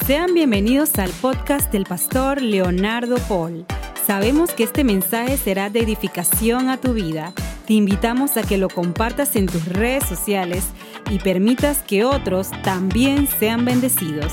Sean bienvenidos al podcast del pastor Leonardo Paul. Sabemos que este mensaje será de edificación a tu vida. Te invitamos a que lo compartas en tus redes sociales y permitas que otros también sean bendecidos.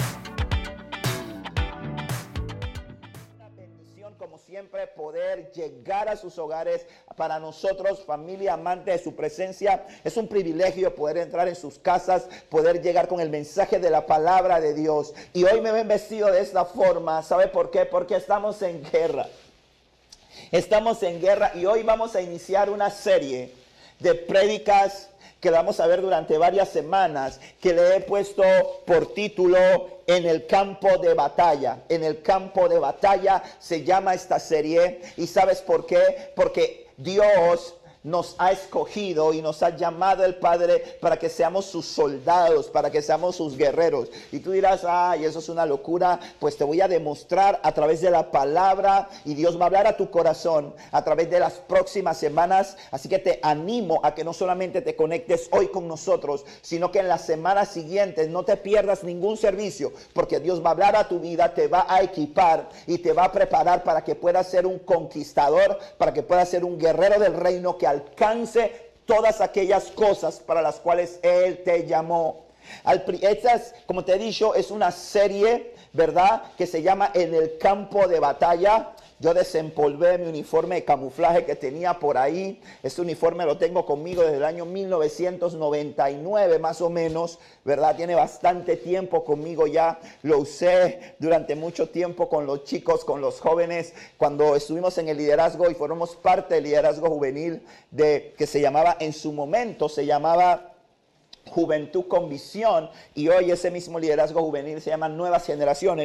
Una bendición, como siempre, poder llegar a sus hogares. Para nosotros, familia amante de su presencia, es un privilegio poder entrar en sus casas, poder llegar con el mensaje de la palabra de Dios. Y hoy me ven vestido de esta forma. ¿Sabe por qué? Porque estamos en guerra. Estamos en guerra y hoy vamos a iniciar una serie de prédicas que vamos a ver durante varias semanas, que le he puesto por título En el campo de batalla. En el campo de batalla se llama esta serie. ¿Y sabes por qué? Porque Dios nos ha escogido y nos ha llamado el Padre para que seamos sus soldados, para que seamos sus guerreros. Y tú dirás, ay, eso es una locura. Pues te voy a demostrar a través de la palabra, y Dios va a hablar a tu corazón a través de las próximas semanas. Así que te animo a que no solamente te conectes hoy con nosotros, sino que en las semanas siguientes no te pierdas ningún servicio, porque Dios va a hablar a tu vida, te va a equipar y te va a preparar para que puedas ser un conquistador, para que puedas ser un guerrero del reino que alcance todas aquellas cosas para las cuales Él te llamó. Esta, como te he dicho, es una serie, ¿verdad?, que se llama En el campo de batalla. Yo desempolvé mi uniforme de camuflaje que tenía por ahí. Este uniforme lo tengo conmigo desde el año 1999 más o menos, ¿verdad? Tiene bastante tiempo conmigo ya. Lo usé durante mucho tiempo con los chicos, con los jóvenes, cuando estuvimos en el liderazgo y formamos parte del liderazgo juvenil que se llamaba, en su momento se llamaba Juventud con Visión, y hoy ese mismo liderazgo juvenil se llama Nuevas Generaciones.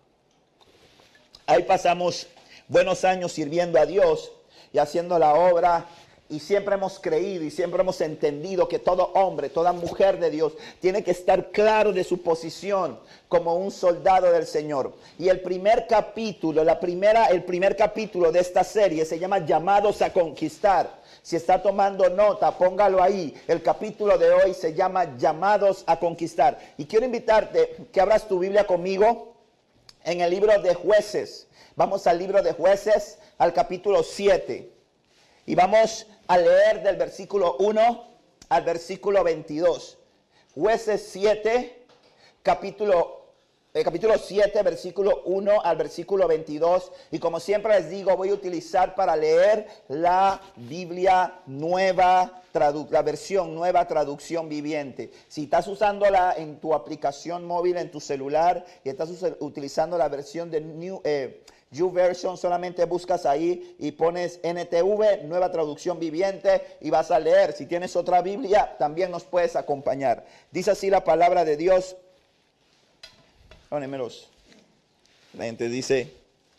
Ahí pasamos buenos años sirviendo a Dios y haciendo la obra, y siempre hemos creído y siempre hemos entendido que todo hombre, toda mujer de Dios tiene que estar claro de su posición como un soldado del Señor. Y el primer capítulo, el primer capítulo de esta serie se llama Llamados a Conquistar. Si está tomando nota, póngalo ahí. El capítulo de hoy se llama Llamados a Conquistar. Y quiero invitarte que abras tu Biblia conmigo en el libro de Jueces. Vamos al libro de Jueces, al capítulo 7. Y vamos a leer del versículo 1 al versículo 22. Jueces 7, capítulo 7, versículo 1 al versículo 22. Y como siempre les digo, voy a utilizar para leer la Biblia nueva, la versión nueva traducción viviente. Si estás usándola en tu aplicación móvil, en tu celular, y estás utilizando la versión de YouVersion, solamente buscas ahí y pones NTV, nueva traducción viviente, y vas a leer. Si tienes otra Biblia, también nos puedes acompañar. Dice así la palabra de Dios. Pónemelos. La gente dice: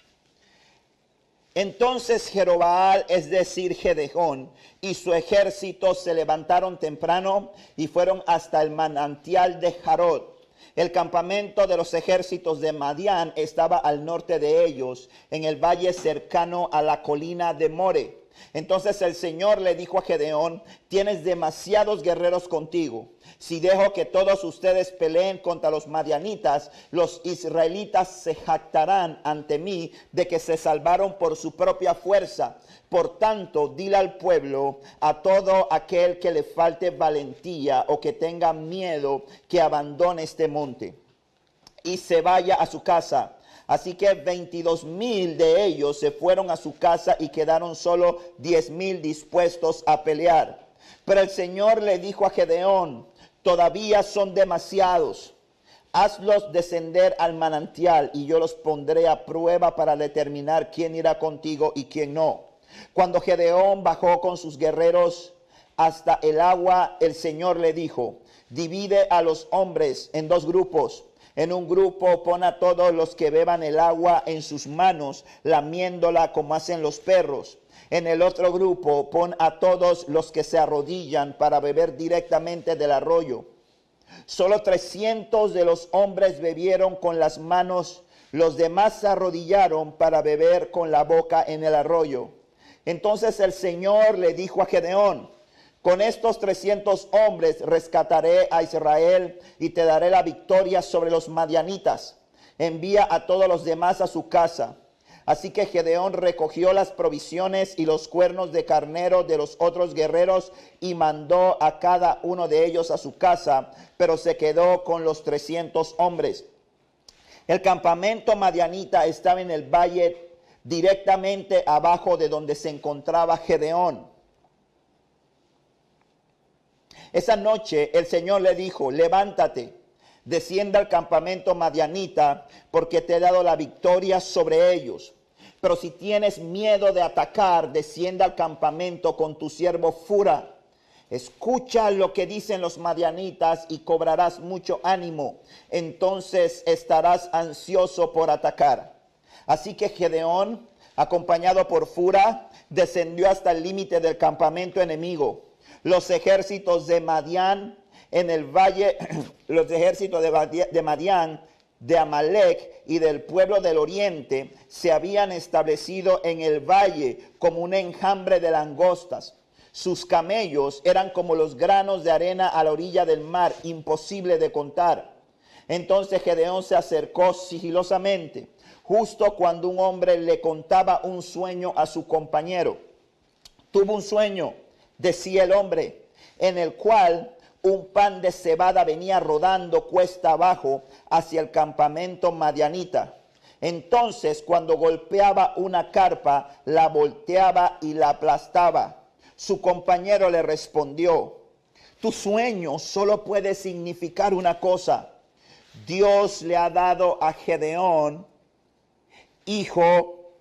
Entonces Jerobbaal, es decir, Gedeón, y su ejército se levantaron temprano y fueron hasta el manantial de Jarod. El campamento de los ejércitos de Madián estaba al norte de ellos, en el valle cercano a la colina de More. Entonces el Señor le dijo a Gedeón: tienes demasiados guerreros contigo. Si dejo que todos ustedes peleen contra los madianitas, los israelitas se jactarán ante mí de que se salvaron por su propia fuerza. Por tanto, dile al pueblo, a todo aquel que le falte valentía o que tenga miedo, que abandone este monte y se vaya a su casa. Así que 22,000 de ellos se fueron a su casa y quedaron solo 10,000 dispuestos a pelear. Pero el Señor le dijo a Gedeón: todavía son demasiados. Hazlos descender al manantial y yo los pondré a prueba para determinar quién irá contigo y quién no. Cuando Gedeón bajó con sus guerreros hasta el agua, el Señor le dijo: divide a los hombres en dos grupos. En un grupo pon a todos los que beban el agua en sus manos, lamiéndola como hacen los perros. En el otro grupo pon a todos los que se arrodillan para beber directamente del arroyo. Solo 300 de los hombres bebieron con las manos, los demás se arrodillaron para beber con la boca en el arroyo. Entonces el Señor le dijo a Gedeón: Con estos 300 hombres rescataré a Israel y te daré la victoria sobre los madianitas. Envía a todos los demás a su casa. Así que Gedeón recogió las provisiones y los cuernos de carnero de los otros guerreros y mandó a cada uno de ellos a su casa, pero se quedó con los 300 hombres. El campamento madianita estaba en el valle directamente abajo de donde se encontraba Gedeón. Esa noche el Señor le dijo: levántate, descienda al campamento madianita, porque te he dado la victoria sobre ellos. Pero si tienes miedo de atacar, descienda al campamento con tu siervo Fura. Escucha lo que dicen los madianitas y cobrarás mucho ánimo. Entonces estarás ansioso por atacar. Así que Gedeón, acompañado por Fura, descendió hasta el límite del campamento enemigo. Los ejércitos de Madián en el valle, los ejércitos de Madián, de Amalek y del pueblo del oriente se habían establecido en el valle como un enjambre de langostas. Sus camellos eran como los granos de arena a la orilla del mar, imposible de contar. Entonces Gedeón se acercó sigilosamente, justo cuando un hombre le contaba un sueño a su compañero. Tuvo un sueño, decía el hombre, en el cual un pan de cebada venía rodando cuesta abajo hacia el campamento madianita. Entonces, cuando golpeaba una carpa, la volteaba y la aplastaba. Su compañero le respondió: tu sueño solo puede significar una cosa. Dios le ha dado a Gedeón, hijo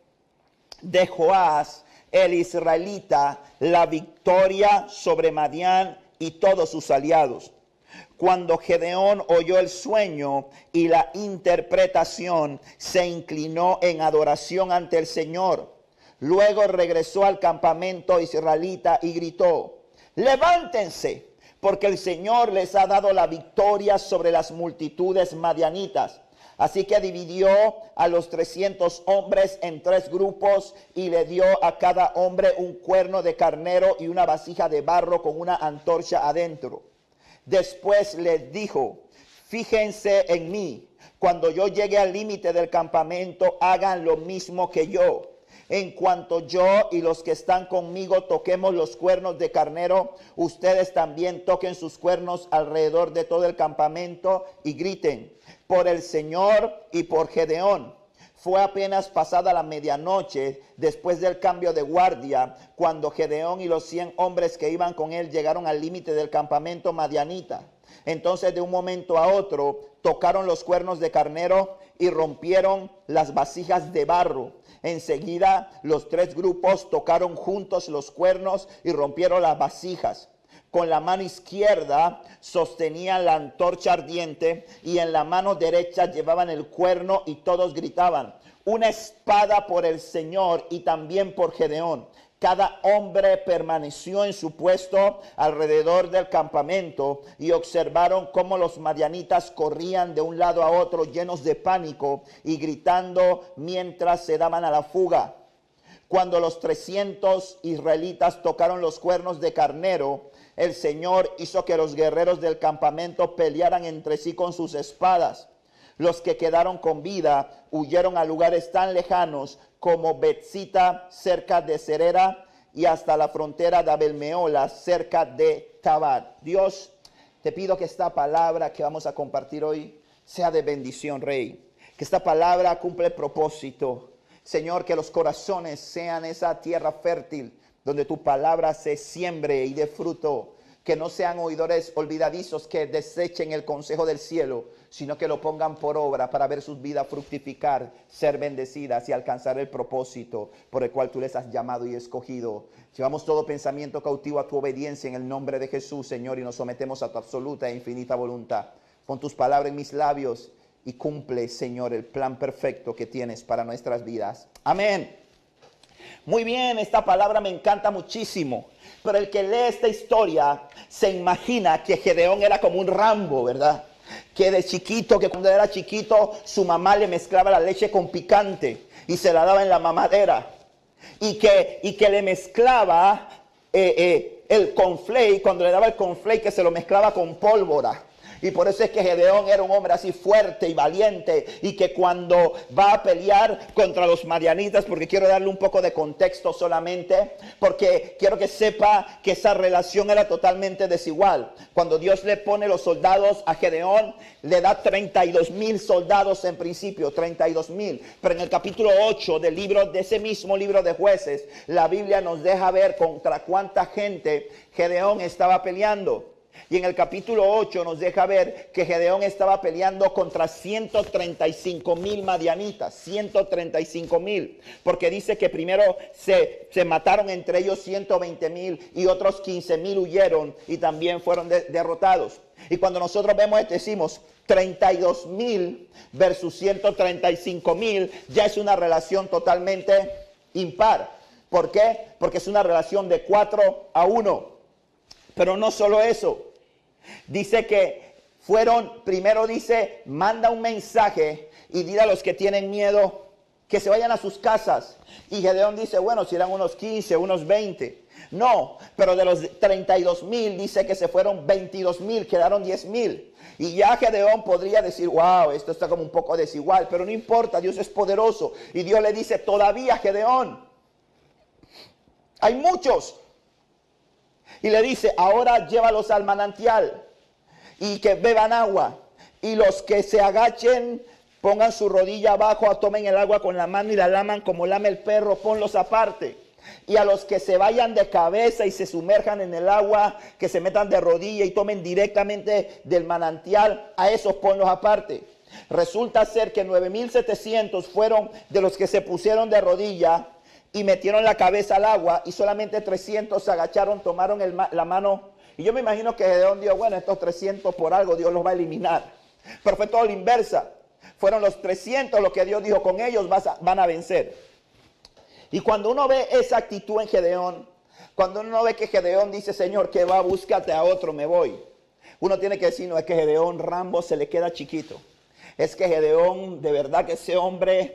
de Joás, el israelita, la victoria sobre Madián y todos sus aliados. Cuando Gedeón oyó el sueño y la interpretación, se inclinó en adoración ante el Señor. Luego regresó al campamento israelita y gritó: levántense, porque el Señor les ha dado la victoria sobre las multitudes madianitas. Así que dividió a los 300 hombres en 3 grupos y le dio a cada hombre un cuerno de carnero y una vasija de barro con una antorcha adentro. Después les dijo: fíjense en mí. Cuando yo llegue al límite del campamento, hagan lo mismo que yo. En cuanto yo y los que están conmigo toquemos los cuernos de carnero, ustedes también toquen sus cuernos alrededor de todo el campamento y griten: por el Señor y por Gedeón. Fue apenas pasada la medianoche, después del cambio de guardia, cuando Gedeón y los 100 hombres que iban con él llegaron al límite del campamento madianita. Entonces, de un momento a otro, tocaron los cuernos de carnero y rompieron las vasijas de barro. Enseguida, los 3 grupos tocaron juntos los cuernos y rompieron las vasijas. Con la mano izquierda sostenían la antorcha ardiente y en la mano derecha llevaban el cuerno, y todos gritaban: una espada por el Señor y también por Gedeón. Cada hombre permaneció en su puesto alrededor del campamento y observaron cómo los madianitas corrían de un lado a otro llenos de pánico y gritando mientras se daban a la fuga. Cuando los 300 israelitas tocaron los cuernos de carnero, el Señor hizo que los guerreros del campamento pelearan entre sí con sus espadas. Los que quedaron con vida huyeron a lugares tan lejanos como Betzita, cerca de Serera, y hasta la frontera de Abel-Meola, cerca de Tabar. Dios, te pido que esta palabra que vamos a compartir hoy sea de bendición, Rey. Que esta palabra cumpla el propósito. Señor, que los corazones sean esa tierra fértil donde tu palabra se siembre y dé fruto. Que no sean oidores olvidadizos que desechen el consejo del cielo, sino que lo pongan por obra para ver sus vidas fructificar, ser bendecidas y alcanzar el propósito por el cual tú les has llamado y escogido. Llevamos todo pensamiento cautivo a tu obediencia en el nombre de Jesús, Señor, y nos sometemos a tu absoluta e infinita voluntad. Pon tus palabras en mis labios y cumple, Señor, el plan perfecto que tienes para nuestras vidas. Amén. Muy bien, esta palabra me encanta muchísimo. Pero el que lee esta historia se imagina que Gedeón era como un Rambo, ¿verdad? Que de chiquito, que cuando era chiquito, su mamá le mezclaba la leche con picante y se la daba en la mamadera. Y que le mezclaba el cornflake, cuando le daba el cornflake, que se lo mezclaba con pólvora. Y por eso es que Gedeón era un hombre así fuerte y valiente, y que cuando va a pelear contra los madianitas, porque quiero darle un poco de contexto solamente, porque quiero que sepa que esa relación era totalmente desigual. Cuando Dios le pone los soldados a Gedeón, le da 32,000 soldados en principio, 32,000. Pero en el capítulo 8 del libro, de ese mismo libro de Jueces, la Biblia nos deja ver contra cuánta gente Gedeón estaba peleando. Y en el capítulo 8 nos deja ver que Gedeón estaba peleando contra 135,000 madianitas, 135,000, porque dice que primero se mataron entre ellos 120,000 y otros 15,000 huyeron y también fueron derrotados. Y cuando nosotros vemos esto, decimos 32,000 versus 135,000, ya es una relación totalmente impar. ¿Por qué? Porque es una relación de 4-1. Pero no solo eso. Dice que primero dice, manda un mensaje y dile a los que tienen miedo que se vayan a sus casas. Y Gedeón dice, bueno, si eran unos 15, unos 20. No, pero de los 32,000 dice que se fueron 22,000, quedaron 10,000. Y ya Gedeón podría decir, wow, esto está como un poco desigual, pero no importa, Dios es poderoso. Y Dios le dice, todavía Gedeón, hay muchos. Y le dice, ahora llévalos al manantial y que beban agua. Y los que se agachen, pongan su rodilla abajo, tomen el agua con la mano y la laman como lame el perro, ponlos aparte. Y a los que se vayan de cabeza y se sumerjan en el agua, que se metan de rodilla y tomen directamente del manantial, a esos ponlos aparte. Resulta ser que 9,700 fueron de los que se pusieron de rodilla y metieron la cabeza al agua, y solamente 300 se agacharon, tomaron la mano. Y yo me imagino que Gedeón dijo, bueno, estos 300 por algo Dios los va a eliminar. Pero fue todo la inversa. Fueron los 300 los que Dios dijo, con ellos van a vencer. Y cuando uno ve esa actitud en Gedeón, cuando uno ve que Gedeón dice, Señor, que va, búscate a otro, me voy. Uno tiene que decir, no, es que Gedeón Rambo se le queda chiquito. Es que Gedeón, de verdad que ese hombre,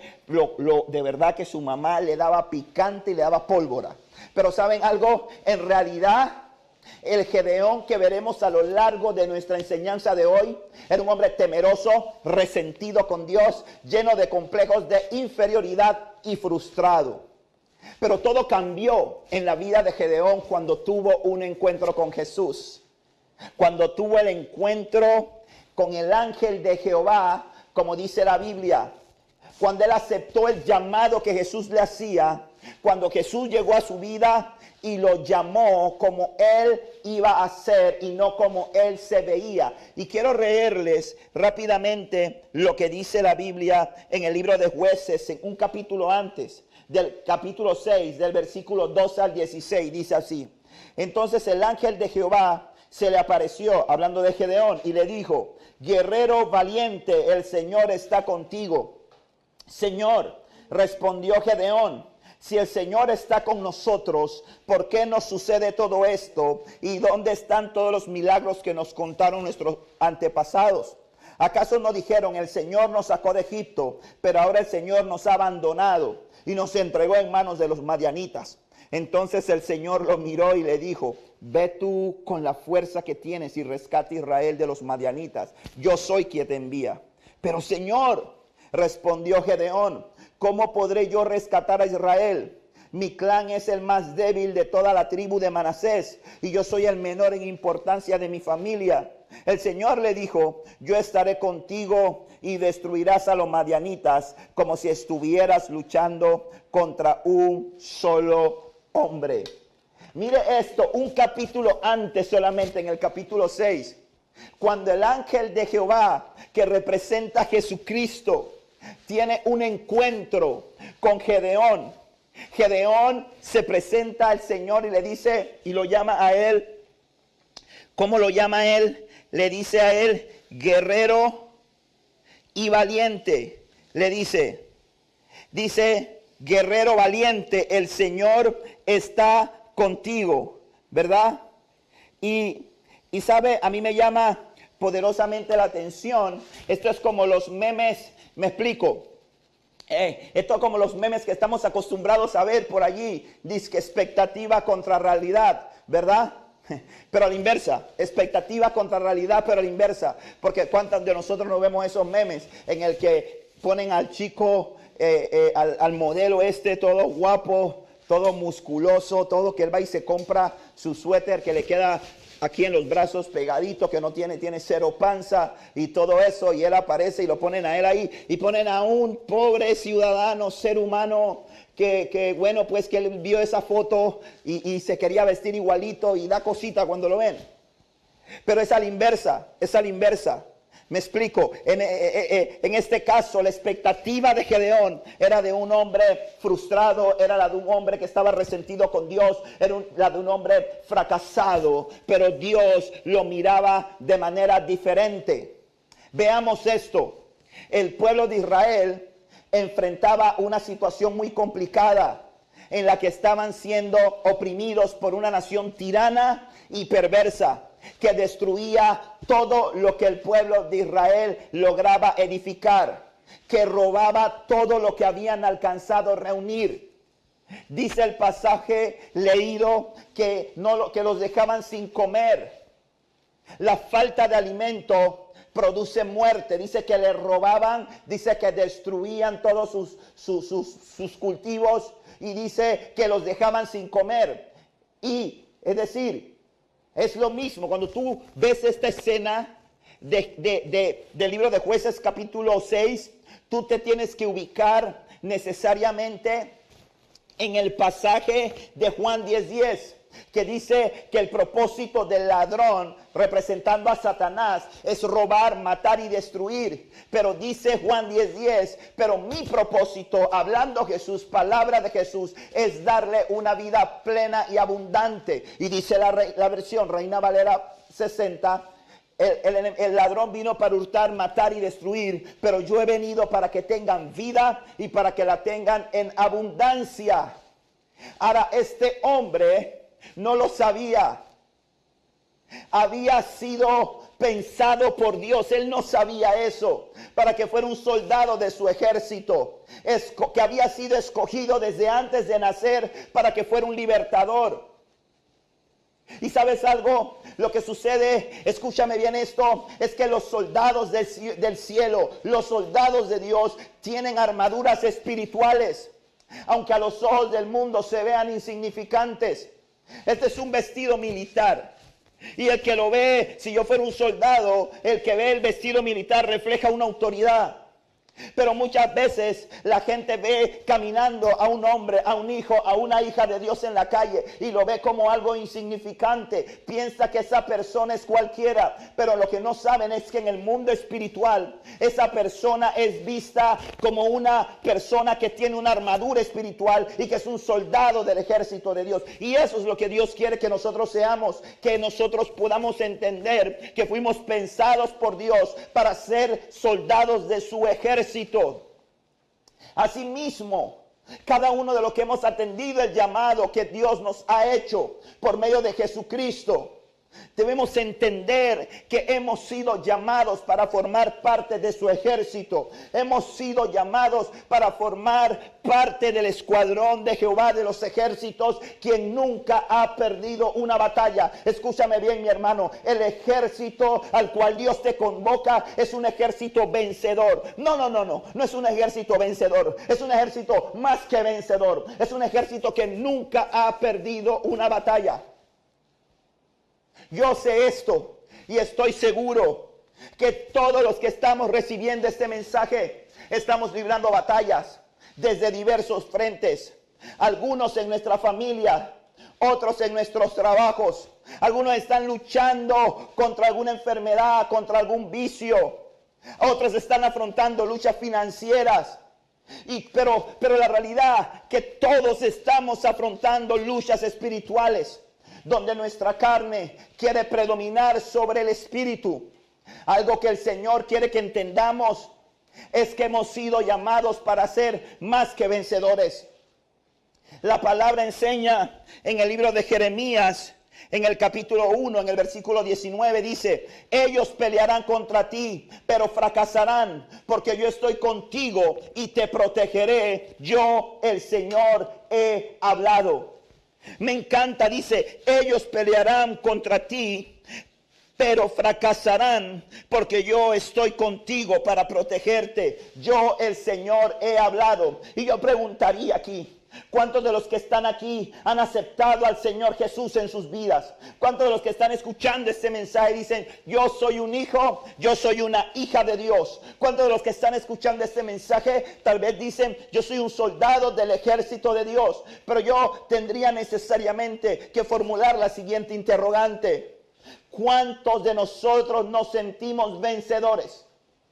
de verdad que su mamá le daba picante y le daba pólvora. Pero ¿saben algo? En realidad, el Gedeón que veremos a lo largo de nuestra enseñanza de hoy, era un hombre temeroso, resentido con Dios, lleno de complejos de inferioridad y frustrado. Pero todo cambió en la vida de Gedeón cuando tuvo un encuentro con Jesús. Cuando tuvo el encuentro con el ángel de Jehová, como dice la Biblia, cuando él aceptó el llamado que Jesús le hacía, cuando Jesús llegó a su vida y lo llamó como él iba a ser y no como él se veía. Y quiero leerles rápidamente lo que dice la Biblia en el libro de Jueces, en un capítulo antes, del capítulo 6, del versículo 12 al 16, dice así. Entonces el ángel de Jehová se le apareció, hablando de Gedeón, y le dijo, guerrero valiente, el Señor está contigo. Señor, respondió Gedeón, si el Señor está con nosotros, ¿por qué nos sucede todo esto? ¿Y dónde están todos los milagros que nos contaron nuestros antepasados? ¿Acaso no dijeron, el Señor nos sacó de Egipto, pero ahora el Señor nos ha abandonado y nos entregó en manos de los madianitas? Entonces el Señor lo miró y le dijo, ve tú con la fuerza que tienes y rescata a Israel de los madianitas. Yo soy quien te envía. Pero Señor, respondió Gedeón, ¿cómo podré yo rescatar a Israel? Mi clan es el más débil de toda la tribu de Manasés y yo soy el menor en importancia de mi familia. El Señor le dijo, yo estaré contigo y destruirás a los madianitas como si estuvieras luchando contra un solo hombre. Mire esto, un capítulo antes solamente, en el capítulo 6, cuando el ángel de Jehová, que representa a Jesucristo, tiene un encuentro con Gedeón. Gedeón se presenta al Señor y le dice, y lo llama a él, ¿cómo lo llama a él? Le dice a él, guerrero y valiente. Le dice, guerrero valiente, el Señor está contigo, ¿verdad? Y sabe, a mí me llama poderosamente la atención. Esto es como los memes, me explico. Esto como los memes que estamos acostumbrados a ver por allí. Dice que expectativa contra realidad, ¿verdad? Pero a la inversa, expectativa contra realidad, pero a la inversa. Porque cuántos de nosotros no vemos esos memes en el que ponen al chico, al modelo todo guapo, todo musculoso, todo que él va y se compra su suéter que le queda aquí en los brazos pegadito, que no tiene cero panza y todo eso, y él aparece y lo ponen a él ahí, y ponen a un pobre ciudadano, ser humano, que bueno, pues que él vio esa foto y se quería vestir igualito y da cosita cuando lo ven. Pero es a la inversa, es a la inversa. Me explico, en este caso la expectativa de Gedeón era de un hombre frustrado, era la de un hombre que estaba resentido con Dios, era la de un hombre fracasado, pero Dios lo miraba de manera diferente. Veamos esto, el pueblo de Israel enfrentaba una situación muy complicada en la que estaban siendo oprimidos por una nación tirana y perversa, que destruía todo lo que el pueblo de Israel lograba edificar, que robaba todo lo que habían alcanzado a reunir. Dice el pasaje leído que los dejaban sin comer. La falta de alimento produce muerte. Dice que le robaban, dice que destruían todos sus cultivos y dice que los dejaban sin comer. Y es decir, es lo mismo cuando tú ves esta escena del libro de Jueces capítulo 6, tú te tienes que ubicar necesariamente en el pasaje de Juan 10:10, que dice que el propósito del ladrón, representando a Satanás, es robar, matar y destruir. Pero dice Juan 10:10, pero mi propósito, hablando Jesús, palabra de Jesús, es darle una vida plena y abundante. Y dice la versión Reina Valera 60, el ladrón vino para hurtar, matar y destruir, pero yo he venido para que tengan vida y para que la tengan en abundancia. Ahora, este hombre no lo sabía. Había sido pensado por Dios. Él no sabía eso. Para que fuera un soldado de su ejército. Que había sido escogido desde antes de nacer para que fuera un libertador. Y ¿sabes algo? Lo que sucede, escúchame bien esto, es que los soldados del cielo, los soldados de Dios, tienen armaduras espirituales. Aunque a los ojos del mundo se vean insignificantes. Este es un vestido militar. Y el que lo ve, si yo fuera un soldado, el que ve el vestido militar refleja una autoridad. Pero muchas veces la gente ve caminando a un hombre, a un hijo, a una hija de Dios en la calle y lo ve como algo insignificante. Piensa que esa persona es cualquiera, pero lo que no saben es que en el mundo espiritual esa persona es vista como una persona que tiene una armadura espiritual y que es un soldado del ejército de Dios. Y eso es lo que Dios quiere que nosotros seamos, que nosotros podamos entender que fuimos pensados por Dios para ser soldados de su ejército. Asimismo, cada uno de los que hemos atendido el llamado que Dios nos ha hecho por medio de Jesucristo, debemos entender que hemos sido llamados para formar parte de su ejército. Hemos sido llamados para formar parte del escuadrón de Jehová de los ejércitos, quien nunca ha perdido una batalla. Escúchame bien, mi hermano, el ejército al cual Dios te convoca es un ejército vencedor. No es un ejército vencedor, es un ejército más que vencedor. Es un ejército que nunca ha perdido una batalla. Yo sé esto y estoy seguro que todos los que estamos recibiendo este mensaje estamos librando batallas desde diversos frentes. Algunos en nuestra familia, otros en nuestros trabajos. Algunos están luchando contra alguna enfermedad, contra algún vicio. Otros están afrontando luchas financieras. Pero la realidad que todos estamos afrontando luchas espirituales, donde nuestra carne quiere predominar sobre el espíritu. Algo que el Señor quiere que entendamos es que hemos sido llamados para ser más que vencedores. La palabra enseña en el libro de Jeremías, En el capítulo 1, en el versículo 19 dice, ellos pelearán contra ti, pero fracasarán, porque yo estoy contigo y te protegeré. Yo, el Señor, he hablado. Me encanta, dice, ellos pelearán contra ti, pero fracasarán, porque yo estoy contigo para protegerte. Yo, el Señor, he hablado. Y yo preguntaría aquí, ¿cuántos de los que están aquí han aceptado al Señor Jesús en sus vidas? ¿Cuántos de los que están escuchando este mensaje dicen, yo soy un hijo, yo soy una hija de Dios? ¿Cuántos de los que están escuchando este mensaje tal vez dicen, yo soy un soldado del ejército de Dios? Pero yo tendría necesariamente que formular la siguiente interrogante. ¿Cuántos de nosotros nos sentimos vencedores?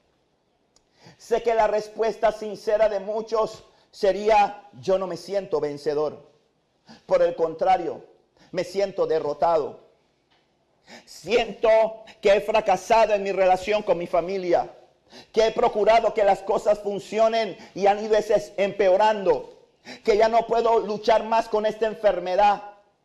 Sé que la respuesta sincera de muchos sería, yo no me siento vencedor. Por el contrario, me siento derrotado. Siento que he fracasado en mi relación con mi familia, que he procurado que las cosas funcionen y han ido empeorando, que ya no puedo luchar más con esta enfermedad,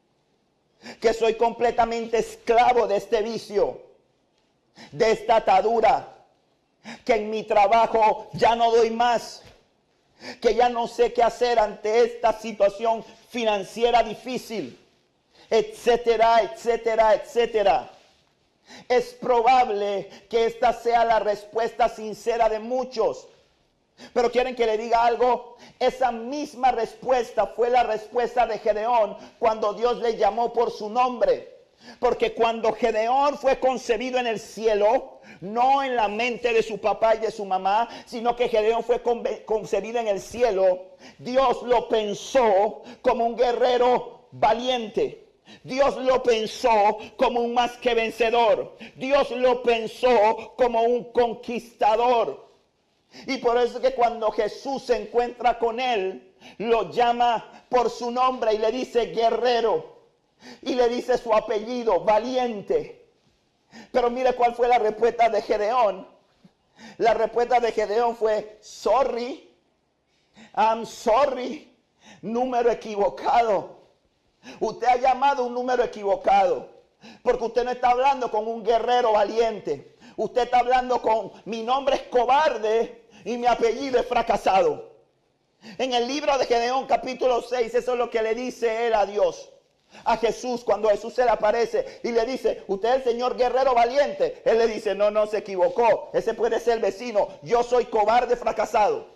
que soy completamente esclavo de este vicio, de esta atadura, que en mi trabajo ya no doy más, que ya no sé qué hacer ante esta situación financiera difícil, etcétera, etcétera, etcétera. Es probable que esta sea la respuesta sincera de muchos. Pero quieren que le diga algo. Esa misma respuesta fue la respuesta de Gedeón cuando Dios le llamó por su nombre. Porque cuando Gedeón fue concebido en el cielo, no en la mente de su papá y de su mamá, sino que Gedeón fue concebido en el cielo, Dios lo pensó como un guerrero valiente. Dios lo pensó como un más que vencedor. Dios lo pensó como un conquistador. Y por eso es que cuando Jesús se encuentra con él, lo llama por su nombre y le dice guerrero. Y le dice su apellido, valiente. Pero mire cuál fue la respuesta de Gedeón. La respuesta de Gedeón fue, sorry, I'm sorry, número equivocado. Usted ha llamado un número equivocado, porque usted no está hablando con un guerrero valiente. Usted está hablando con, mi nombre es cobarde y mi apellido es fracasado. En el libro de Gedeón capítulo 6, eso es lo que le dice él a Dios. A Jesús, cuando Jesús se le aparece y le dice, usted es el señor guerrero valiente. Él le dice, no, se equivocó. Ese puede ser el vecino. Yo soy cobarde fracasado.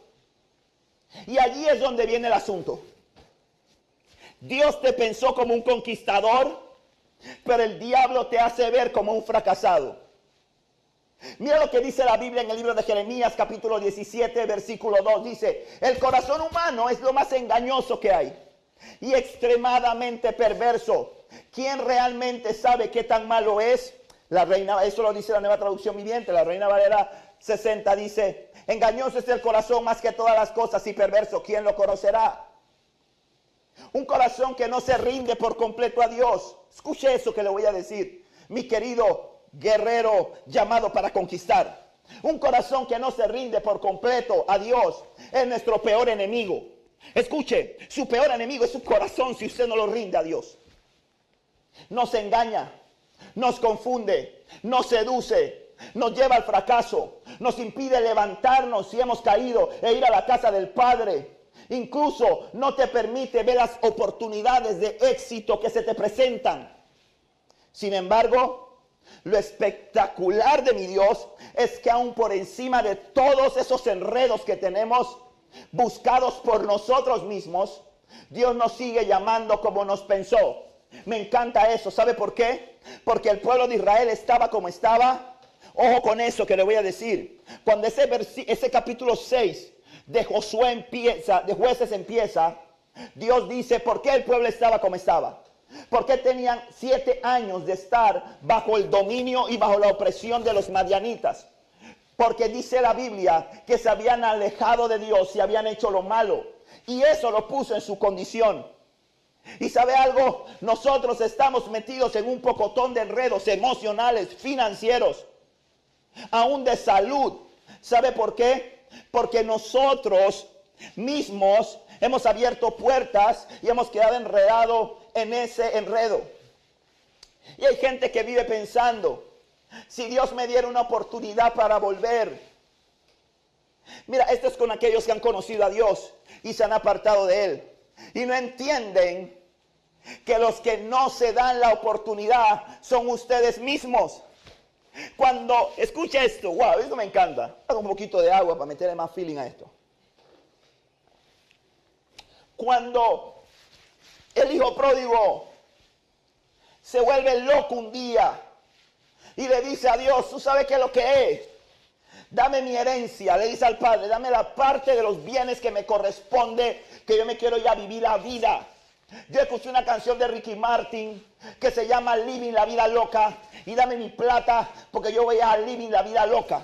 Y allí es donde viene el asunto. Dios te pensó como un conquistador, pero el diablo te hace ver como un fracasado. Mira lo que dice la Biblia en el libro de Jeremías capítulo 17 versículo 2. Dice, el corazón humano es lo más engañoso que hay y extremadamente perverso. ¿Quién realmente sabe qué tan malo es? La Reina, eso lo dice la Nueva Traducción Viviente, la Reina Valera 60 dice, engañoso es el corazón más que todas las cosas y perverso, ¿quién lo conocerá? Un corazón que no se rinde por completo a Dios. Escuche eso que le voy a decir, mi querido guerrero llamado para conquistar. Un corazón que no se rinde por completo a Dios es nuestro peor enemigo. Escuche, su peor enemigo es su corazón si usted no lo rinde a Dios. Nos engaña, nos confunde, nos seduce, nos lleva al fracaso, nos impide levantarnos si hemos caído e ir a la casa del Padre. Incluso no te permite ver las oportunidades de éxito que se te presentan. Sin embargo, lo espectacular de mi Dios es que aún por encima de todos esos enredos que tenemos, buscados por nosotros mismos, Dios nos sigue llamando como nos pensó. Me encanta eso. ¿Sabe por qué? Porque el pueblo de Israel estaba como estaba. Ojo con eso que le voy a decir. Cuando ese capítulo 6 de Josué empieza, de Jueces empieza, Dios dice, ¿por qué el pueblo estaba como estaba? Porque tenían 7 años de estar bajo el dominio y bajo la opresión de los madianitas. Porque dice la Biblia que se habían alejado de Dios y habían hecho lo malo. Y eso lo puso en su condición. Y ¿sabe algo? Nosotros estamos metidos en un pocotón de enredos emocionales, financieros, aún de salud. ¿Sabe por qué? Porque nosotros mismos hemos abierto puertas y hemos quedado enredados en ese enredo. Y hay gente que vive pensando, si Dios me diera una oportunidad para volver. Mira, esto es con aquellos que han conocido a Dios y se han apartado de Él. Y no entienden que los que no se dan la oportunidad son ustedes mismos. Cuando, escucha esto, wow, esto me encanta. Hago un poquito de agua para meterle más feeling a esto. Cuando el hijo pródigo se vuelve loco un día y le dice a Dios, ¿tú sabes qué es lo que es? Dame mi herencia, le dice al padre, dame la parte de los bienes que me corresponde, que yo me quiero ya vivir la vida. Yo escuché una canción de Ricky Martin que se llama Living la vida loca, y dame mi plata porque yo voy a living la vida loca.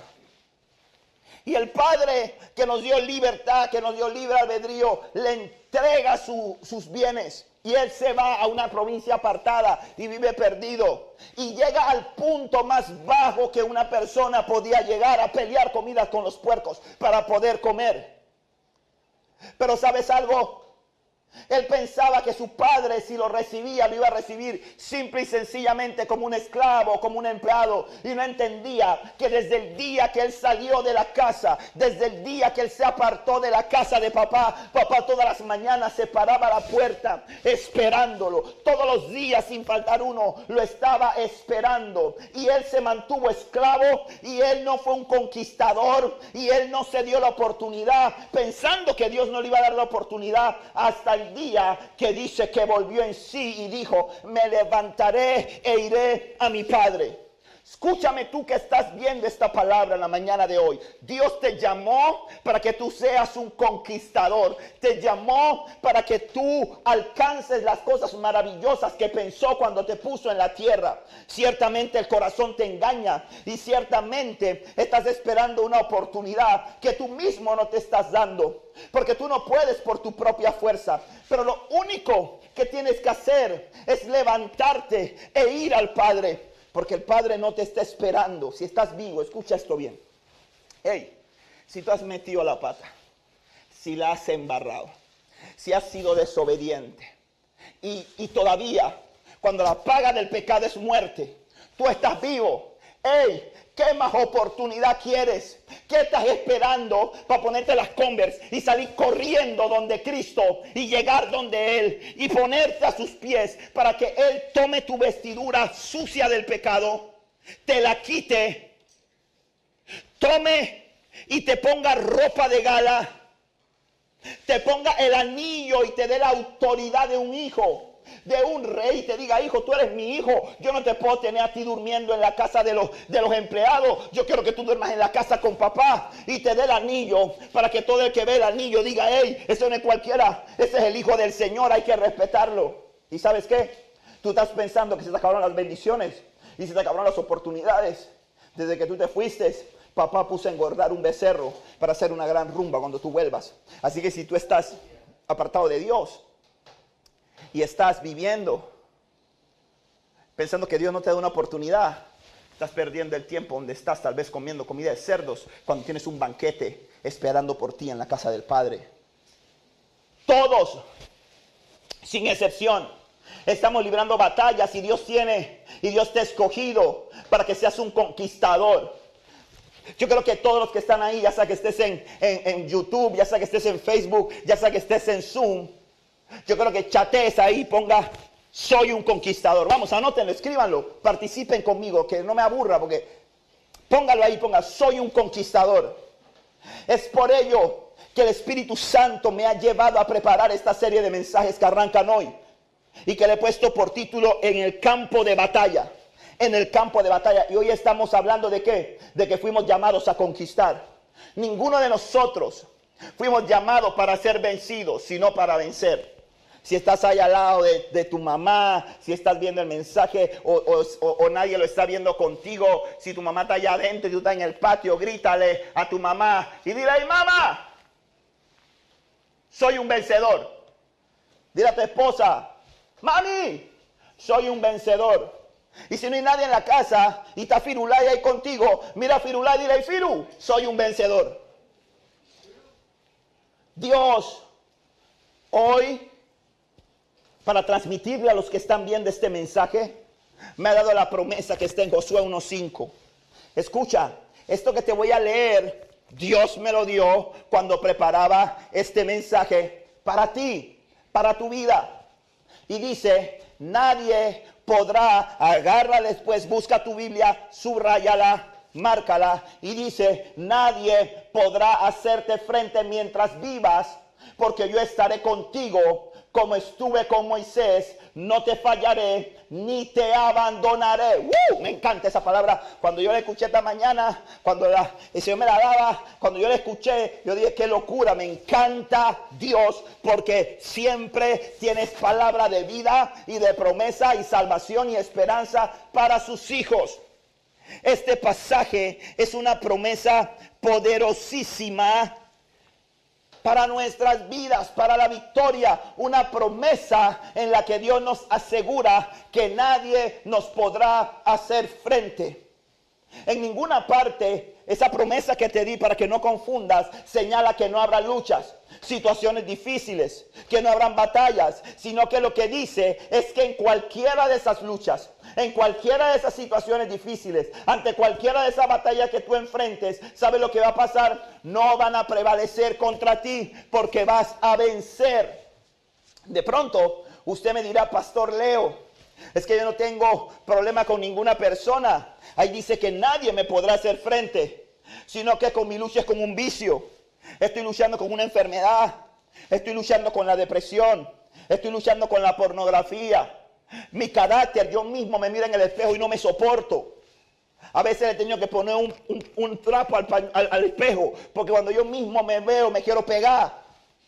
Y el Padre que nos dio libertad, que nos dio libre albedrío, le entrega sus bienes. Y él se va a una provincia apartada y vive perdido. Y llega al punto más bajo que una persona podía llegar, a pelear comidas con los puercos para poder comer. Pero ¿sabes algo? Él pensaba que su padre, si lo recibía, lo iba a recibir simple y sencillamente como un esclavo, como un empleado. Y no entendía que desde el día que él salió de la casa, desde el día que él se apartó de la casa de papá, papá todas las mañanas se paraba a la puerta esperándolo. Todos los días, sin faltar uno, lo estaba esperando. Y él se mantuvo esclavo, y él no fue un conquistador, y él no se dio la oportunidad, pensando que Dios no le iba a dar la oportunidad, hasta el día que dice que volvió en sí y dijo, me levantaré e iré a mi padre. Escúchame tú que estás viendo esta palabra en la mañana de hoy. Dios te llamó para que tú seas un conquistador. Te llamó para que tú alcances las cosas maravillosas que pensó cuando te puso en la tierra. Ciertamente el corazón te engaña y ciertamente estás esperando una oportunidad que tú mismo no te estás dando. Porque tú no puedes por tu propia fuerza. Pero lo único que tienes que hacer es levantarte e ir al Padre. Porque el Padre no te está esperando. Si estás vivo, escucha esto bien. Hey, si tú has metido la pata, si la has embarrado, si has sido desobediente y todavía cuando la paga del pecado es muerte, tú estás vivo. Hey, ¿qué más oportunidad quieres? ¿Qué estás esperando para ponerte las Converse y salir corriendo donde Cristo y llegar donde Él y ponerte a sus pies para que Él tome tu vestidura sucia del pecado, te la quite, tome y te ponga ropa de gala, te ponga el anillo y te dé la autoridad de un hijo, de un rey, te diga, hijo, tú eres mi hijo, yo no te puedo tener a ti durmiendo en la casa de los empleados, yo quiero que tú duermas en la casa con papá, y te dé el anillo, para que todo el que ve el anillo diga, hey, eso no es cualquiera, ese es el hijo del Señor, hay que respetarlo. ¿Y sabes qué? Tú estás pensando que se te acabaron las bendiciones, y se te acabaron las oportunidades, desde que tú te fuiste. Papá puso a engordar un becerro para hacer una gran rumba cuando tú vuelvas. Así que si tú estás apartado de Dios y estás viviendo pensando que Dios no te da una oportunidad, estás perdiendo el tiempo donde estás tal vez comiendo comida de cerdos cuando tienes un banquete esperando por ti en la casa del Padre. Todos, sin excepción, estamos librando batallas y Dios te ha escogido para que seas un conquistador. Yo creo que todos los que están ahí, ya sea que estés en YouTube, ya sea que estés en Facebook, ya sea que estés en Zoom, yo creo que chatees ahí, ponga, soy un conquistador. Vamos, anótenlo, escríbanlo, participen conmigo, que no me aburra, porque póngalo ahí, ponga, soy un conquistador. Es por ello que el Espíritu Santo me ha llevado a preparar esta serie de mensajes que arrancan hoy y que le he puesto por título En el campo de batalla. En el campo de batalla. Y hoy estamos hablando de ¿qué? De que fuimos llamados a conquistar. Ninguno de nosotros fuimos llamados para ser vencidos, sino para vencer. Si estás ahí al lado de tu mamá, si estás viendo el mensaje o nadie lo está viendo contigo, si tu mamá está allá adentro y tú estás en el patio, grítale a tu mamá y dile, ¡ay, mamá! Soy un vencedor. Dile a tu esposa, mami, soy un vencedor. Y si no hay nadie en la casa y está Firulay ahí contigo, mira a Firulay y dile, Firu, soy un vencedor. Dios, hoy, para transmitirle a los que están viendo este mensaje, me ha dado la promesa que está en Josué 1:5. Escucha, esto que te voy a leer, Dios me lo dio cuando preparaba este mensaje para ti, para tu vida. Y dice, nadie podrá, agarra después, busca tu Biblia, subráyala, márcala. Y dice, nadie podrá hacerte frente mientras vivas, porque yo estaré contigo como estuve con Moisés, no te fallaré ni te abandonaré. Me encanta esa palabra. Cuando yo la escuché esta mañana, cuando el Señor me la daba, cuando yo la escuché, yo dije, qué locura, me encanta Dios, porque siempre tienes palabra de vida y de promesa y salvación y esperanza para sus hijos. Este pasaje es una promesa poderosísima para nuestras vidas, para la victoria, una promesa en la que Dios nos asegura que nadie nos podrá hacer frente. En ninguna parte, esa promesa que te di, para que no confundas, señala que no habrá luchas, situaciones difíciles, que no habrán batallas, sino que lo que dice es que en cualquiera de esas luchas, en cualquiera de esas situaciones difíciles, ante cualquiera de esas batallas que tú enfrentes, ¿sabes lo que va a pasar? No van a prevalecer contra ti, porque vas a vencer. De pronto, usted me dirá, Pastor Leo, es que yo no tengo problema con ninguna persona. Ahí dice que nadie me podrá hacer frente, sino que con mi lucha es como un vicio. Estoy luchando con una enfermedad, estoy luchando con la depresión, estoy luchando con la pornografía. Mi carácter, yo mismo me miro en el espejo y no me soporto. A veces he tenido que poner un trapo al espejo, porque cuando yo mismo me veo me quiero pegar.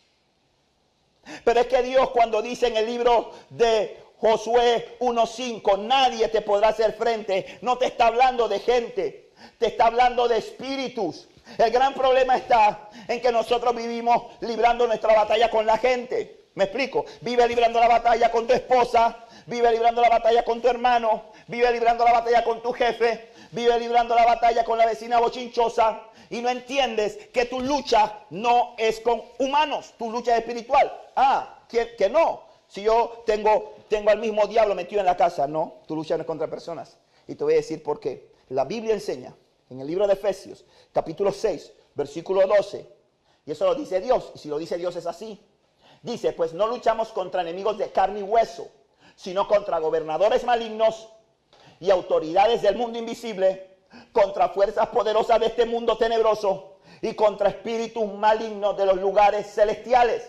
Pero es que Dios, cuando dice en el libro de Josué 1:5, nadie te podrá hacer frente, no te está hablando de gente, te está hablando de espíritus. El gran problema está en que nosotros vivimos librando nuestra batalla con la gente. ¿Me explico? Vive librando la batalla con tu esposa, vive librando la batalla con tu hermano, vive librando la batalla con tu jefe, vive librando la batalla con la vecina bochinchosa, y no entiendes que tu lucha no es con humanos, tu lucha es espiritual. Que no. Si yo tengo al mismo diablo metido en la casa, no, tu lucha no es contra personas. Y te voy a decir por qué. La Biblia enseña en el libro de Efesios, capítulo 6, versículo 12, y eso lo dice Dios, y si lo dice Dios es así. Dice, pues no luchamos contra enemigos de carne y hueso, sino contra gobernadores malignos y autoridades del mundo invisible, contra fuerzas poderosas de este mundo tenebroso y contra espíritus malignos de los lugares celestiales.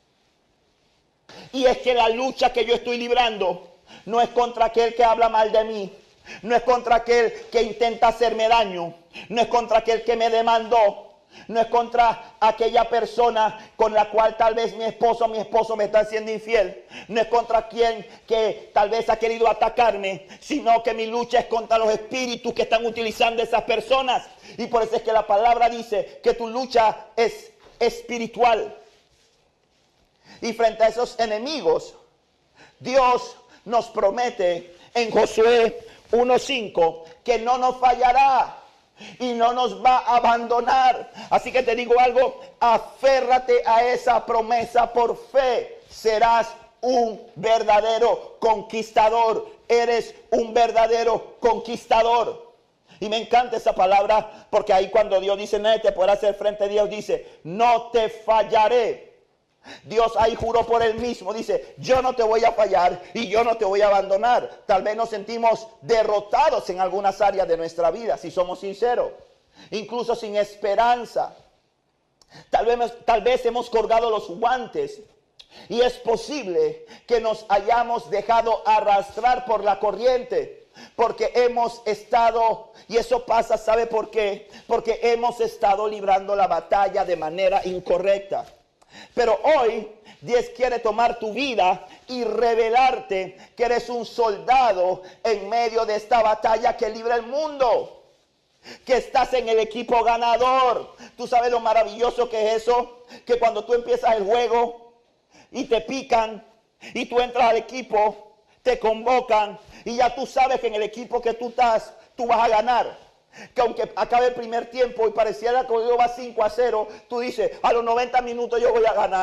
Y es que la lucha que yo estoy librando no es contra aquel que habla mal de mí, no es contra aquel que intenta hacerme daño, no es contra aquel que me demandó, no es contra aquella persona con la cual tal vez mi esposo o mi esposo me están siendo infiel, no es contra quien que tal vez ha querido atacarme, sino que mi lucha es contra los espíritus que están utilizando esas personas. Y por eso es que la palabra dice que tu lucha es espiritual. Y frente a esos enemigos, Dios nos promete en Josué 1:5 que no nos fallará y no nos va a abandonar. Así que te digo algo, aférrate a esa promesa por fe. Serás un verdadero conquistador. Eres un verdadero conquistador. Y me encanta esa palabra, porque ahí cuando Dios dice, nadie te podrá hacer frente a Dios, dice, no te fallaré. Dios ahí juró por él mismo, dice, yo no te voy a fallar y yo no te voy a abandonar. Tal vez nos sentimos derrotados en algunas áreas de nuestra vida, si somos sinceros, incluso sin esperanza. Tal vez hemos colgado los guantes y es posible que nos hayamos dejado arrastrar por la corriente, porque hemos estado, y eso pasa, ¿sabe por qué? Porque hemos estado librando la batalla de manera incorrecta. Pero hoy Dios quiere tomar tu vida y revelarte que eres un soldado en medio de esta batalla que libra el mundo, que estás en el equipo ganador. ¿Tú sabes lo maravilloso que es eso? Que cuando tú empiezas el juego y te pican y tú entras al equipo, te convocan y ya tú sabes que en el equipo que tú estás, tú vas a ganar. Que aunque acabe el primer tiempo y pareciera que el juego va 5-0, tú dices, a los 90 minutos yo voy a ganar.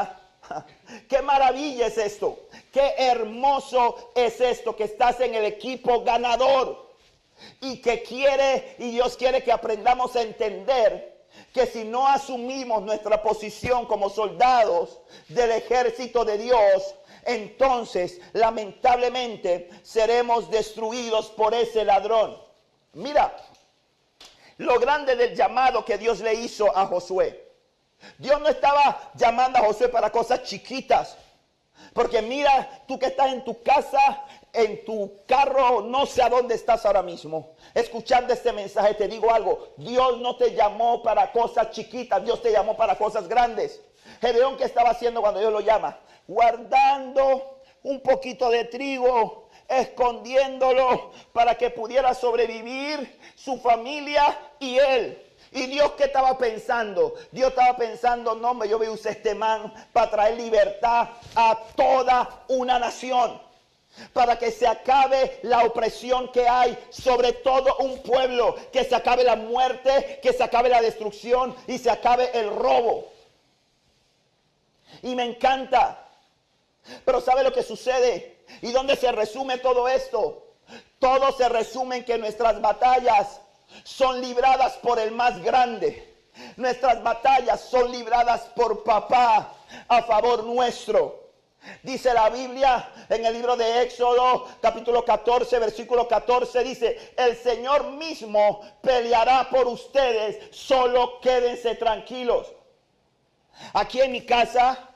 Qué maravilla es esto. Qué hermoso es esto, que estás en el equipo ganador. Y que Dios quiere que aprendamos a entender que si no asumimos nuestra posición como soldados del ejército de Dios, entonces lamentablemente seremos destruidos por ese ladrón. Mira lo grande del llamado que Dios le hizo a Josué. Dios no estaba llamando a Josué para cosas chiquitas. Porque mira, tú que estás en tu casa, en tu carro, no sé a dónde estás ahora mismo, escuchando este mensaje, te digo algo. Dios no te llamó para cosas chiquitas, Dios te llamó para cosas grandes. Gedeón, ¿qué estaba haciendo cuando Dios lo llama? Guardando un poquito de trigo, escondiéndolo para que pudiera sobrevivir su familia y él. ¿Y Dios qué estaba pensando? Dios estaba pensando, no, hombre, yo voy a usar este man para traer libertad a toda una nación. Para que se acabe la opresión que hay sobre todo un pueblo. Que se acabe la muerte, que se acabe la destrucción y se acabe el robo. Y me encanta. Pero ¿sabe lo que sucede? ¿Y dónde se resume todo esto? Todo se resume en que nuestras batallas son libradas por el más grande. Nuestras batallas son libradas por papá a favor nuestro. Dice la Biblia en el libro de Éxodo, capítulo 14, versículo 14, dice: el Señor mismo peleará por ustedes, solo quédense tranquilos. Aquí en mi casa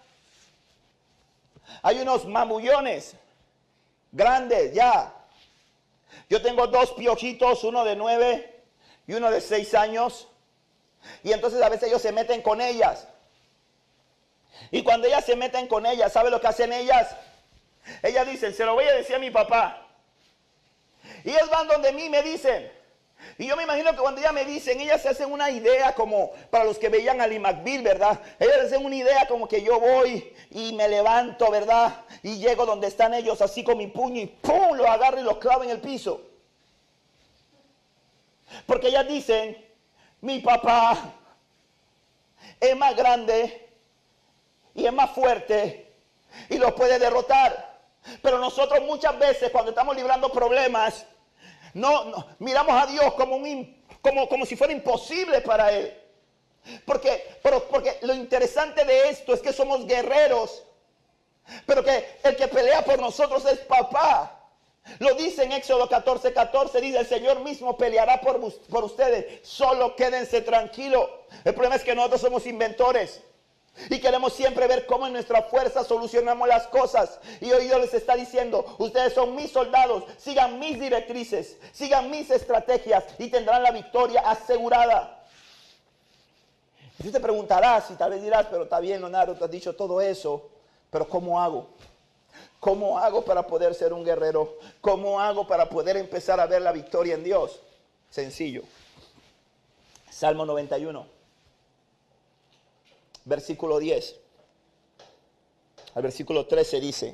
hay unos mamullones grandes ya. Yo tengo 2 piojitos, uno de 9 y uno de 6 años. Y entonces a veces ellos se meten con ellas. Y cuando ellas se meten con ellas, ¿sabe lo que hacen ellas? Ellas dicen: se lo voy a decir a mi papá. Y ellos van donde mí y me dicen. Y yo me imagino que cuando ellas me dicen, ellas se hacen una idea como, para los que veían a Lee McBeal, ¿verdad? Ellas se hacen una idea como que yo voy y me levanto, ¿verdad? Y llego donde están ellos así con mi puño y ¡pum! Lo agarro y lo clavo en el piso. Porque ellas dicen: mi papá es más grande y es más fuerte y los puede derrotar. Pero nosotros muchas veces, cuando estamos librando problemas, no miramos a Dios como si fuera imposible para Él. Porque lo interesante de esto es que somos guerreros, pero que el que pelea por nosotros es papá. Lo dice en Éxodo 14, 14, dice: el Señor mismo peleará por ustedes, solo quédense tranquilos. El problema es que nosotros somos inventores y queremos siempre ver cómo en nuestra fuerza solucionamos las cosas. Y hoy Dios les está diciendo: ustedes son mis soldados, sigan mis directrices, sigan mis estrategias y tendrán la victoria asegurada. Y tú te preguntarás y tal vez dirás: pero está bien, Leonardo, tú has dicho todo eso, pero ¿cómo hago? ¿Cómo hago para poder ser un guerrero? ¿Cómo hago para poder empezar a ver la victoria en Dios? Sencillo. Salmo 91, versículo 10. Al versículo 13 dice: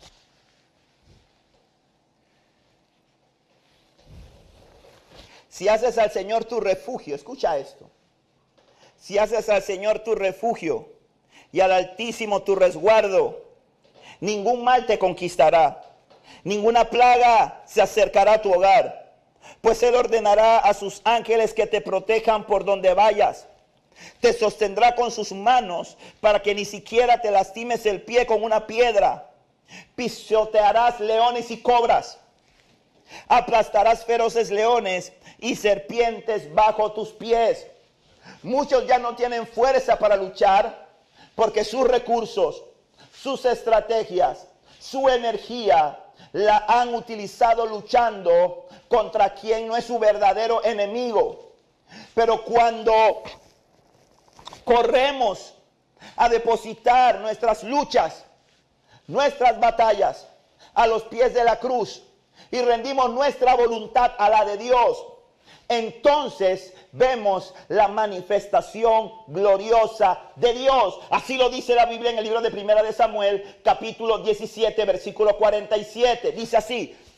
si haces al Señor tu refugio, escucha esto. Si haces al Señor tu refugio y al Altísimo tu resguardo, ningún mal te conquistará, ninguna plaga se acercará a tu hogar, pues Él ordenará a sus ángeles que te protejan por donde vayas. Te sostendrá con sus manos para que ni siquiera te lastimes el pie con una piedra. Pisotearás leones y cobras, aplastarás feroces leones y serpientes bajo tus pies. Muchos ya no tienen fuerza para luchar porque sus recursos, sus estrategias, su energía la han utilizado luchando contra quien no es su verdadero enemigo. Pero cuando corremos a depositar nuestras luchas, nuestras batallas a los pies de la cruz y rendimos nuestra voluntad a la de Dios, entonces vemos la manifestación gloriosa de Dios. Así lo dice la Biblia en el libro de Primera de Samuel, capítulo 17, versículo 47. Dice así: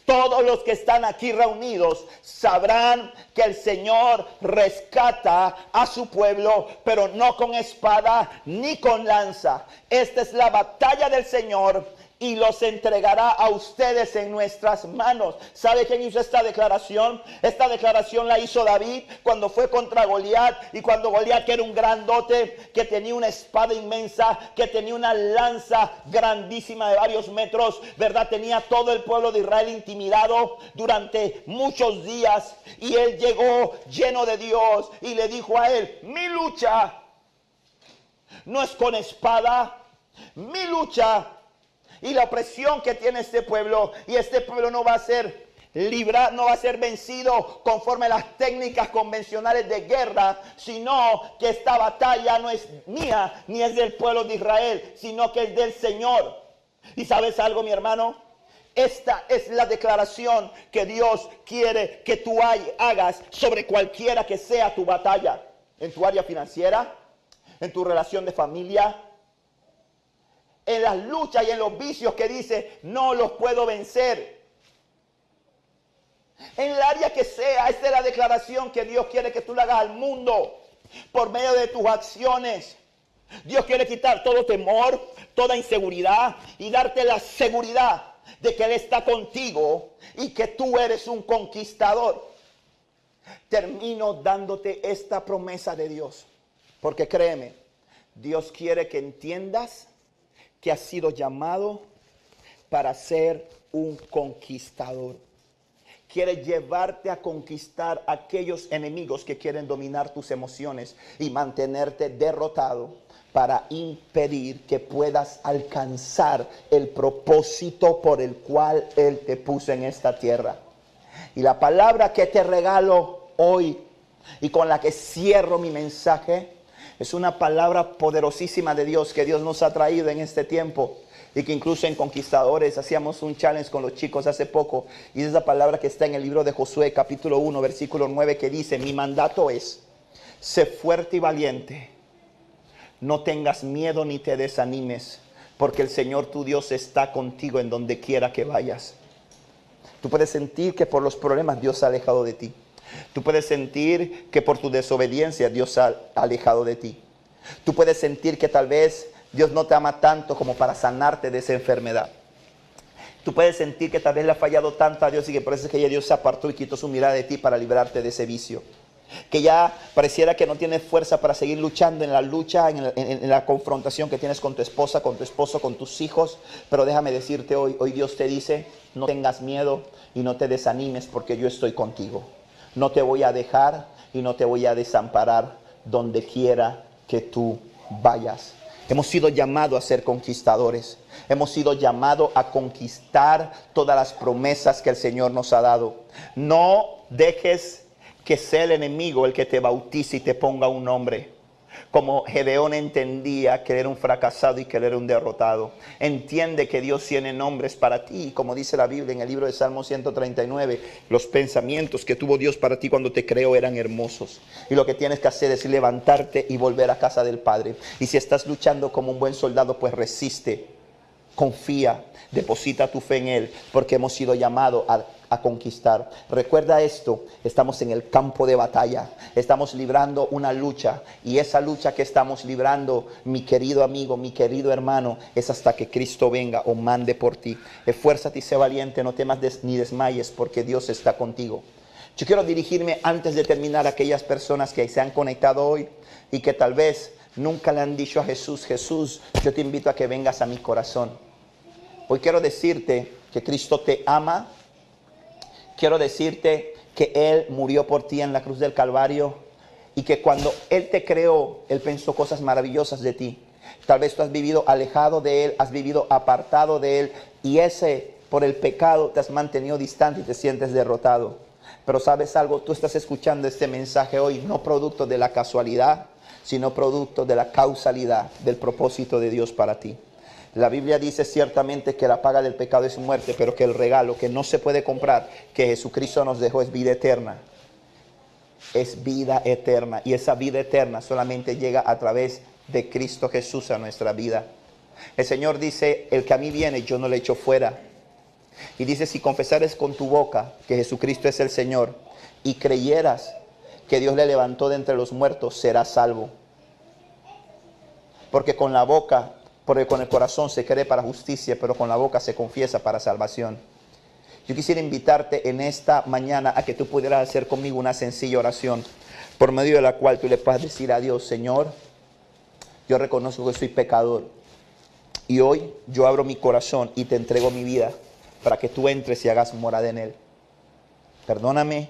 Todos los que están aquí reunidos sabrán que el Señor rescata a su pueblo, pero no con espada ni con lanza. Esta es la batalla del Señor y los entregará a ustedes en nuestras manos. ¿Sabe quién hizo esta declaración? Esta declaración la hizo David cuando fue contra Goliat, y cuando Goliat, que era un grandote, que tenía una espada inmensa, que tenía una lanza grandísima de varios metros, ¿verdad? Tenía todo el pueblo de Israel intimidado durante muchos días, y él llegó lleno de Dios y le dijo a él: mi lucha no es con espada, mi lucha y la opresión que tiene este pueblo, y este pueblo no va a ser librado, no va a ser vencido conforme a las técnicas convencionales de guerra, sino que esta batalla no es mía ni es del pueblo de Israel, sino que es del Señor. ¿Y sabes algo, mi hermano? Esta es la declaración que Dios quiere que tú hagas sobre cualquiera que sea tu batalla, en tu área financiera, en tu relación de familia, en las luchas y en los vicios que dice no los puedo vencer. En el área que sea, esta es la declaración que Dios quiere que tú le hagas al mundo por medio de tus acciones. Dios quiere quitar todo temor, toda inseguridad, y darte la seguridad de que Él está contigo y que tú eres un conquistador. Termino dándote esta promesa de Dios, porque créeme, Dios quiere que entiendas que has sido llamado para ser un conquistador. Quiere llevarte a conquistar a aquellos enemigos que quieren dominar tus emociones y mantenerte derrotado, para impedir que puedas alcanzar el propósito por el cual Él te puso en esta tierra. Y la palabra que te regalo hoy y con la que cierro mi mensaje es una palabra poderosísima de Dios que Dios nos ha traído en este tiempo, y que incluso en Conquistadores hacíamos un challenge con los chicos hace poco, y es esa palabra que está en el libro de Josué capítulo 1 versículo 9, que dice: mi mandato es: sé fuerte y valiente, no tengas miedo ni te desanimes, porque el Señor tu Dios está contigo en donde quiera que vayas. Tú puedes sentir que por los problemas Dios se ha alejado de ti. Tú puedes sentir que por tu desobediencia Dios se ha alejado de ti. Tú puedes sentir que tal vez Dios no te ama tanto como para sanarte de esa enfermedad. Tú puedes sentir que tal vez le ha fallado tanto a Dios y que por eso es que ya Dios se apartó y quitó su mirada de ti para librarte de ese vicio. Que ya pareciera que no tienes fuerza para seguir luchando en la lucha, en la confrontación que tienes con tu esposa, con tu esposo, con tus hijos. Pero déjame decirte hoy Dios te dice: no tengas miedo y no te desanimes, porque yo estoy contigo. No te voy a dejar y no te voy a desamparar donde quiera que tú vayas. Hemos sido llamados a ser conquistadores. Hemos sido llamados a conquistar todas las promesas que el Señor nos ha dado. No dejes que sea el enemigo el que te bautice y te ponga un nombre. Como Gedeón entendía que era un fracasado y que él era un derrotado. Entiende que Dios tiene nombres para ti. Como dice la Biblia en el libro de Salmo 139, los pensamientos que tuvo Dios para ti cuando te creó eran hermosos. Y lo que tienes que hacer es levantarte y volver a casa del Padre. Y si estás luchando como un buen soldado, pues resiste, confía, deposita tu fe en Él, porque hemos sido llamados a conquistar. Recuerda esto: estamos en el campo de batalla, estamos librando una lucha, y esa lucha que estamos librando, mi querido amigo, mi querido hermano, es hasta que Cristo venga o mande por ti. Esfuérzate y sé valiente, no temas ni desmayes, porque Dios está contigo. Yo quiero dirigirme, antes de terminar, a aquellas personas que se han conectado hoy y que tal vez nunca le han dicho a Jesús: Jesús, yo te invito a que vengas a mi corazón. Hoy quiero decirte que Cristo te ama. Quiero decirte que Él murió por ti en la cruz del Calvario, y que cuando Él te creó, Él pensó cosas maravillosas de ti. Tal vez tú has vivido alejado de Él, has vivido apartado de Él, y por el pecado te has mantenido distante y te sientes derrotado. Pero ¿sabes algo? Tú estás escuchando este mensaje hoy no producto de la casualidad, sino producto de la causalidad del propósito de Dios para ti. La Biblia dice ciertamente que la paga del pecado es muerte, pero que el regalo que no se puede comprar, que Jesucristo nos dejó, es vida eterna. Es vida eterna. Y esa vida eterna solamente llega a través de Cristo Jesús a nuestra vida. El Señor dice: el que a mí viene, yo no le echo fuera. Y dice, si confesares con tu boca que Jesucristo es el Señor y creyeras que Dios le levantó de entre los muertos, serás salvo. Porque con el corazón se cree para justicia, pero con la boca se confiesa para salvación. Yo quisiera invitarte en esta mañana a que tú pudieras hacer conmigo una sencilla oración, por medio de la cual tú le puedas decir a Dios, Señor, yo reconozco que soy pecador. Y hoy yo abro mi corazón y te entrego mi vida para que tú entres y hagas morada en él. Perdóname.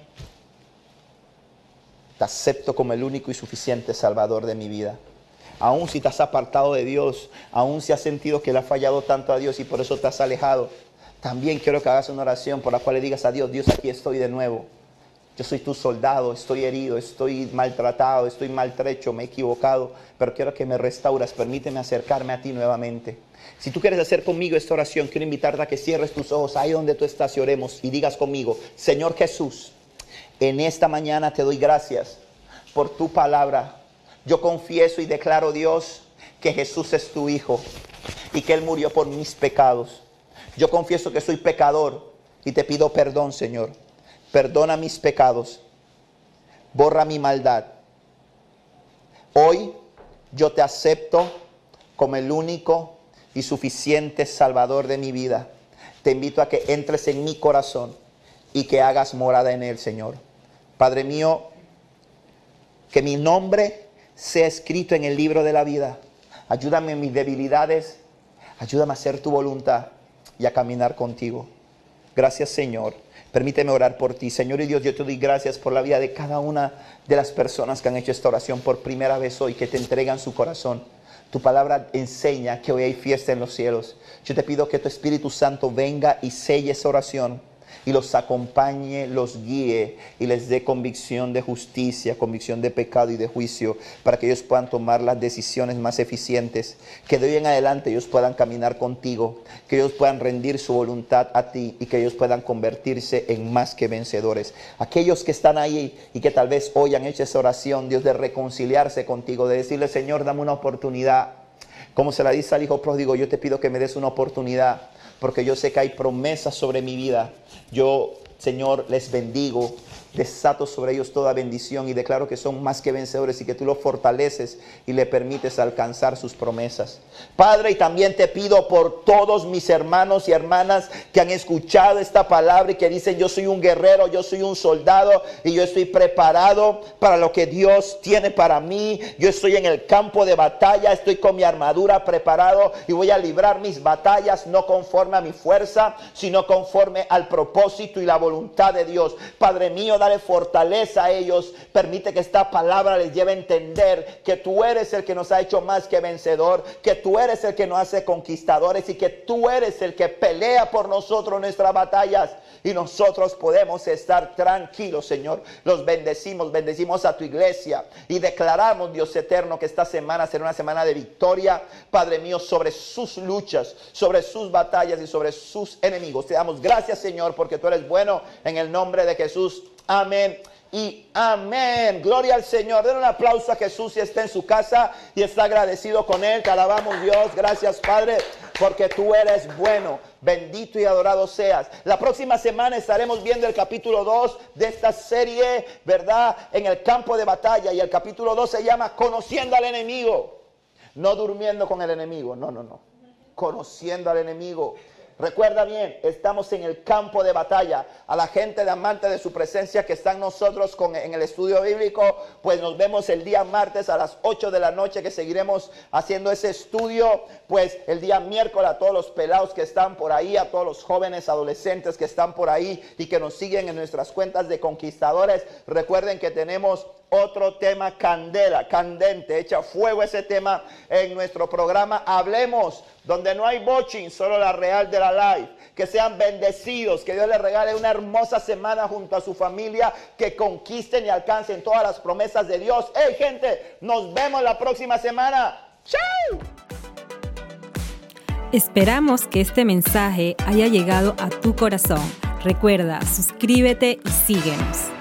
Te acepto como el único y suficiente Salvador de mi vida. Aún si te has apartado de Dios, aún si has sentido que le has fallado tanto a Dios y por eso te has alejado, también quiero que hagas una oración por la cual le digas a Dios, Dios, aquí estoy de nuevo. Yo soy tu soldado, estoy herido, estoy maltratado, estoy maltrecho, me he equivocado, pero quiero que me restauras, permíteme acercarme a ti nuevamente. Si tú quieres hacer conmigo esta oración, quiero invitarte a que cierres tus ojos ahí donde tú estás y oremos y digas conmigo, Señor Jesús, en esta mañana te doy gracias por tu palabra. Yo confieso y declaro, Dios, que Jesús es tu Hijo y que Él murió por mis pecados. Yo confieso que soy pecador y te pido perdón, Señor. Perdona mis pecados, borra mi maldad. Hoy yo te acepto como el único y suficiente Salvador de mi vida. Te invito a que entres en mi corazón y que hagas morada en él, Señor. Padre mío, que mi nombre sea escrito en el libro de la vida. Ayúdame en mis debilidades, ayúdame a hacer tu voluntad y a caminar contigo. Gracias, Señor. Permíteme orar por ti. Señor y Dios, yo te doy gracias por la vida de cada una de las personas que han hecho esta oración por primera vez hoy, que te entregan su corazón. Tu palabra enseña que hoy hay fiesta en los cielos. Yo te pido que tu Espíritu Santo venga y selle esa oración y los acompañe, los guíe y les dé convicción de justicia, convicción de pecado y de juicio, para que ellos puedan tomar las decisiones más eficientes, que de hoy en adelante ellos puedan caminar contigo, que ellos puedan rendir su voluntad a ti y que ellos puedan convertirse en más que vencedores. Aquellos que están ahí y que tal vez hoy han hecho esa oración, Dios, de reconciliarse contigo, de decirle, Señor, dame una oportunidad. Como se la dice al hijo pródigo, yo te pido que me des una oportunidad, porque yo sé que hay promesas sobre mi vida. Yo, Señor, les bendigo, desato sobre ellos toda bendición y declaro que son más que vencedores y que tú los fortaleces y le permites alcanzar sus promesas. Padre, y también te pido por todos mis hermanos y hermanas que han escuchado esta palabra y que dicen, yo soy un guerrero, yo soy un soldado y yo estoy preparado para lo que Dios tiene para mí. Yo estoy en el campo de batalla, estoy con mi armadura preparado y voy a librar mis batallas no conforme a mi fuerza, sino conforme al propósito y la voluntad de Dios. Padre mío, dale fortaleza a ellos, permite que esta palabra les lleve a entender que tú eres el que nos ha hecho más que vencedor, que tú eres el que nos hace conquistadores y que tú eres el que pelea por nosotros nuestras batallas y nosotros podemos estar tranquilos, Señor. Los bendecimos a tu iglesia y declaramos, Dios eterno, que esta semana será una semana de victoria, Padre mío, sobre sus luchas, sobre sus batallas y sobre sus enemigos. Te damos gracias, Señor, porque tú eres bueno, en el nombre de Jesús. Amén y amén. Gloria al Señor. Den un aplauso a Jesús si está en su casa y está agradecido con él. Te alabamos, Dios. Gracias, Padre, porque tú eres bueno. Bendito y adorado seas. La próxima semana estaremos viendo el capítulo 2 de esta serie, ¿verdad? En el campo de batalla. Y el capítulo 2 se llama Conociendo al enemigo. No durmiendo con el enemigo. No. Conociendo al enemigo. Recuerda bien, estamos en el campo de batalla. A la gente de amante de su presencia que están nosotros en el estudio bíblico, pues nos vemos el día martes a las 8 de la noche, que seguiremos haciendo ese estudio. Pues el día miércoles a todos los pelados que están por ahí, a todos los jóvenes adolescentes que están por ahí y que nos siguen en nuestras cuentas de conquistadores, recuerden que tenemos otro tema candente, echa fuego ese tema en nuestro programa Hablemos, donde no hay bochin, solo la real de la live. Que sean bendecidos, que Dios les regale una hermosa semana junto a su familia, que conquisten y alcancen todas las promesas de Dios. ¡Hey, gente! Nos vemos la próxima semana. ¡Chao! Esperamos que este mensaje haya llegado a tu corazón. Recuerda, suscríbete y síguenos.